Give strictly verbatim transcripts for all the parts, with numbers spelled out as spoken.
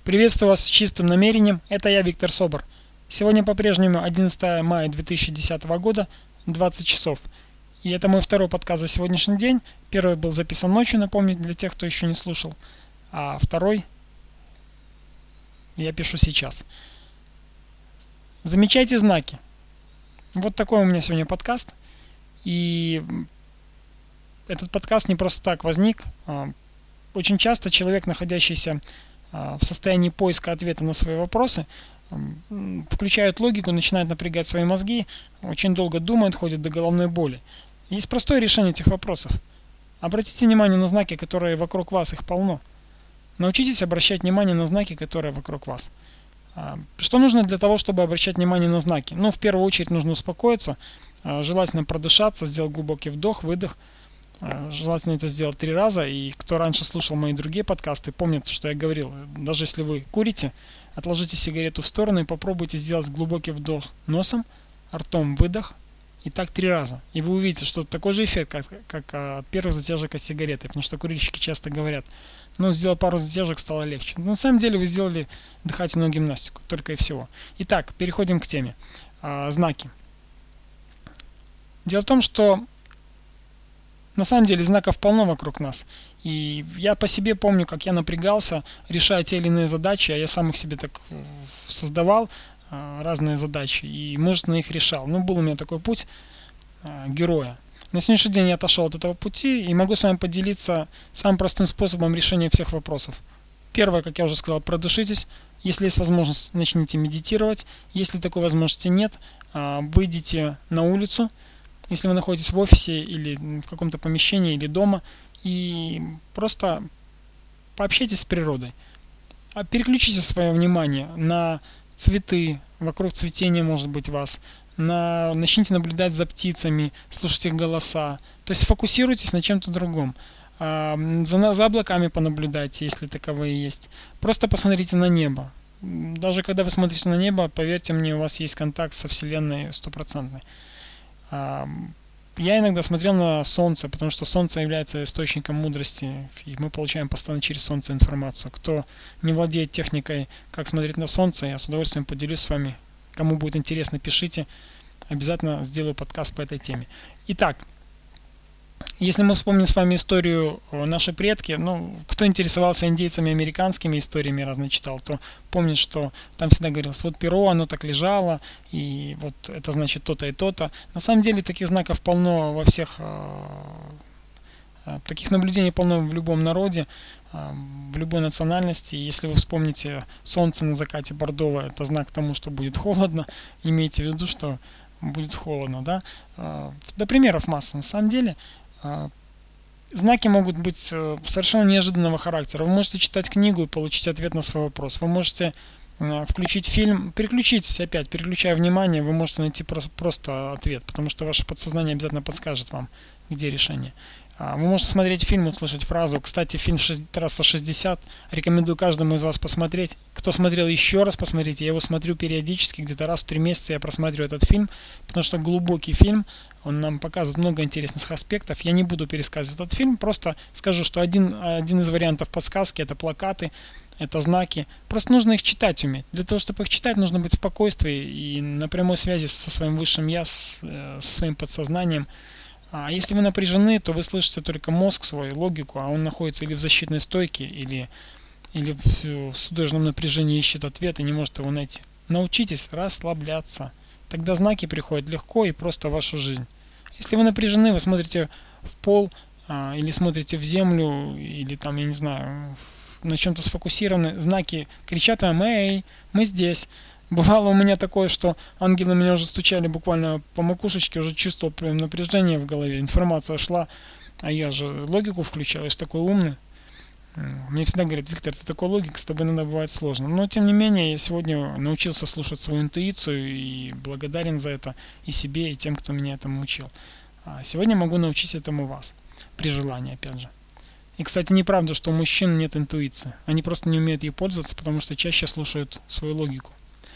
Приветствую вас с чистым намерением, это я, Виктор Собор. Сегодня по-прежнему одиннадцатое мая две тысячи десятого года, двадцать часов. И это мой второй подкаст за сегодняшний день. Первый был записан ночью, напомню, для тех, кто еще не слушал. А второй я пишу сейчас. Замечайте знаки. Вот такой у меня сегодня подкаст. И этот подкаст не просто так возник. Очень часто человек, находящийся в состоянии поиска ответа на свои вопросы, включает логику, начинает напрягать свои мозги, очень долго думает, ходит до головной боли. Есть простое решение этих вопросов. Обратите внимание на знаки, которые вокруг вас, их полно. Научитесь обращать внимание на знаки, которые вокруг вас. Что нужно для того, чтобы обращать внимание на знаки? Ну, в первую очередь нужно успокоиться, желательно продышаться, сделать глубокий вдох, выдох. Желательно это сделать три раза. И кто раньше слушал мои другие подкасты, помнит, что я говорил. Даже если вы курите, отложите сигарету в сторону и попробуйте сделать глубокий вдох носом, ртом выдох. И так три раза. И вы увидите, что такой же эффект, как, как от первых затяжек от сигареты. Потому что курильщики часто говорят, ну, сделал пару затяжек, стало легче. Но на самом деле вы сделали дыхательную гимнастику. Только и всего. Итак, переходим к теме. А, знаки. Дело в том, что на самом деле знаков полно вокруг нас. И я по себе помню, как я напрягался, решая те или иные задачи, а я сам их себе так создавал, разные задачи, и мужественно их решал. Ну, был у меня такой путь героя. На сегодняшний день я отошел от этого пути и могу с вами поделиться самым простым способом решения всех вопросов. Первое, как я уже сказал, продышитесь. Если есть возможность, начните медитировать. Если такой возможности нет, выйдите на улицу. Если вы находитесь в офисе или в каком-то помещении или дома, и просто пообщайтесь с природой. Переключите свое внимание на цветы, вокруг цветения может быть вас, на, начните наблюдать за птицами, слушайте их голоса. То есть фокусируйтесь на чем-то другом. За, за облаками понаблюдайте, если таковые есть. Просто посмотрите на небо. Даже когда вы смотрите на небо, поверьте мне, у вас есть контакт со Вселенной стопроцентный. Я иногда смотрел на Солнце, потому что Солнце является источником мудрости, и мы получаем постоянно через Солнце информацию. Кто не владеет техникой, как смотреть на Солнце, я с удовольствием поделюсь с вами. Кому будет интересно, пишите. Обязательно сделаю подкаст по этой теме. Итак, если мы вспомним с вами историю нашей предки, ну, кто интересовался индейцами американскими историями разные читал, то помнит, что там всегда говорилось, вот перо, оно так лежало, и вот это значит то-то и то-то. На самом деле таких знаков полно во всех, таких наблюдений полно в любом народе, в любой национальности. Если вы вспомните солнце на закате бордовое, это знак тому, что будет холодно, имейте в виду, что будет холодно, да. До примеров масса на самом деле. Знаки могут быть совершенно неожиданного характера. Вы можете читать книгу и получить ответ на свой вопрос. Вы можете включить фильм, переключитесь опять, переключая внимание, вы можете найти просто ответ, потому что ваше подсознание обязательно подскажет вам, где решение. Вы можете смотреть фильм, услышать фразу. Кстати, фильм «Трасса шестьдесят» рекомендую каждому из вас посмотреть. Кто смотрел, еще раз посмотрите. Я его смотрю периодически, где-то раз в три месяца я просматриваю этот фильм, потому что глубокий фильм, он нам показывает много интересных аспектов. Я не буду пересказывать этот фильм, просто скажу, что один, один из вариантов подсказки – это плакаты, это знаки. Просто нужно их читать уметь. Для того, чтобы их читать, нужно быть в спокойствии и на прямой связи со своим высшим «я», со своим подсознанием. А если вы напряжены, то вы слышите только мозг свой, логику, а он находится или в защитной стойке, или, или в, в судорожном напряжении ищет ответ и не может его найти. Научитесь расслабляться. Тогда знаки приходят легко и просто в вашу жизнь. Если вы напряжены, вы смотрите в пол, а, или смотрите в землю, или там, я не знаю, на чем-то сфокусированы, знаки кричат вам: «Эй, мы здесь». Бывало у меня такое, что ангелы меня уже стучали буквально по макушечке, уже чувствовал прям напряжение в голове, информация шла, а я же логику включал, я же такой умный. Мне всегда говорят: Виктор, ты такой логик, с тобой иногда бывает сложно. Но тем не менее, я сегодня научился слушать свою интуицию и благодарен за это и себе, и тем, кто меня этому учил. А сегодня могу научить этому вас, при желании, опять же. И, кстати, неправда, что у мужчин нет интуиции. Они просто не умеют ей пользоваться, потому что чаще слушают свою логику.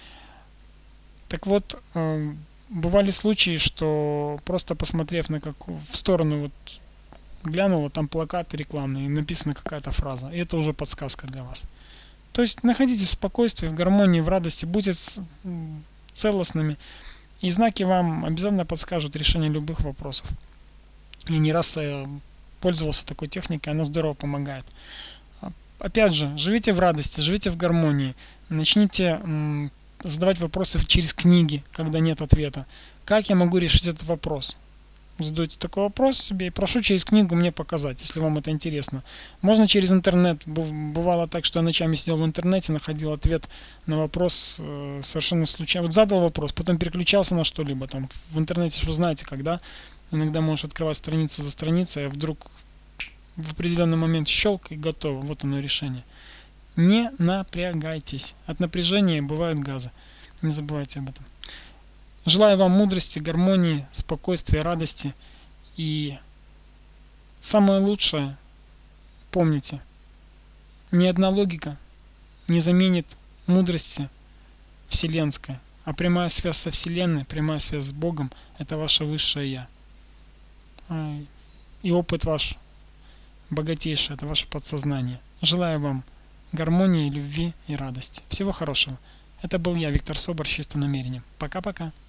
Так вот, бывали случаи, что просто посмотрев на как в сторону, вот глянул, там плакат рекламный, и написана какая-то фраза, и это уже подсказка для вас. То есть находитесь в спокойствии, в гармонии, в радости, будьте целостными, и знаки вам обязательно подскажут решение любых вопросов. Я не раз пользовался такой техникой, она здорово помогает. Опять же, живите в радости, живите в гармонии, начните м, задавать вопросы через книги, когда нет ответа. Как я могу решить этот вопрос? Задайте такой вопрос себе и прошу через книгу мне показать, если вам это интересно. Можно через интернет. Бывало так, что я ночами сидел в интернете, находил ответ на вопрос э, совершенно случайно. Вот задал вопрос, потом переключался на что-либо. Там в интернете, вы знаете, когда иногда можешь открывать страницу за страницей, а вдруг в определенный момент щелк и готово. Вот оно решение. Не напрягайтесь. От напряжения бывают газы. Не забывайте об этом. Желаю вам мудрости, гармонии, спокойствия, радости. И самое лучшее, помните, ни одна логика не заменит мудрости вселенской. А прямая связь со Вселенной, прямая связь с Богом – это ваше высшее Я. И опыт ваш богатейший – это ваше подсознание. Желаю вам гармонии, любви и радости. Всего хорошего. Это был я, Виктор Собор, с чистым намерением. Пока-пока.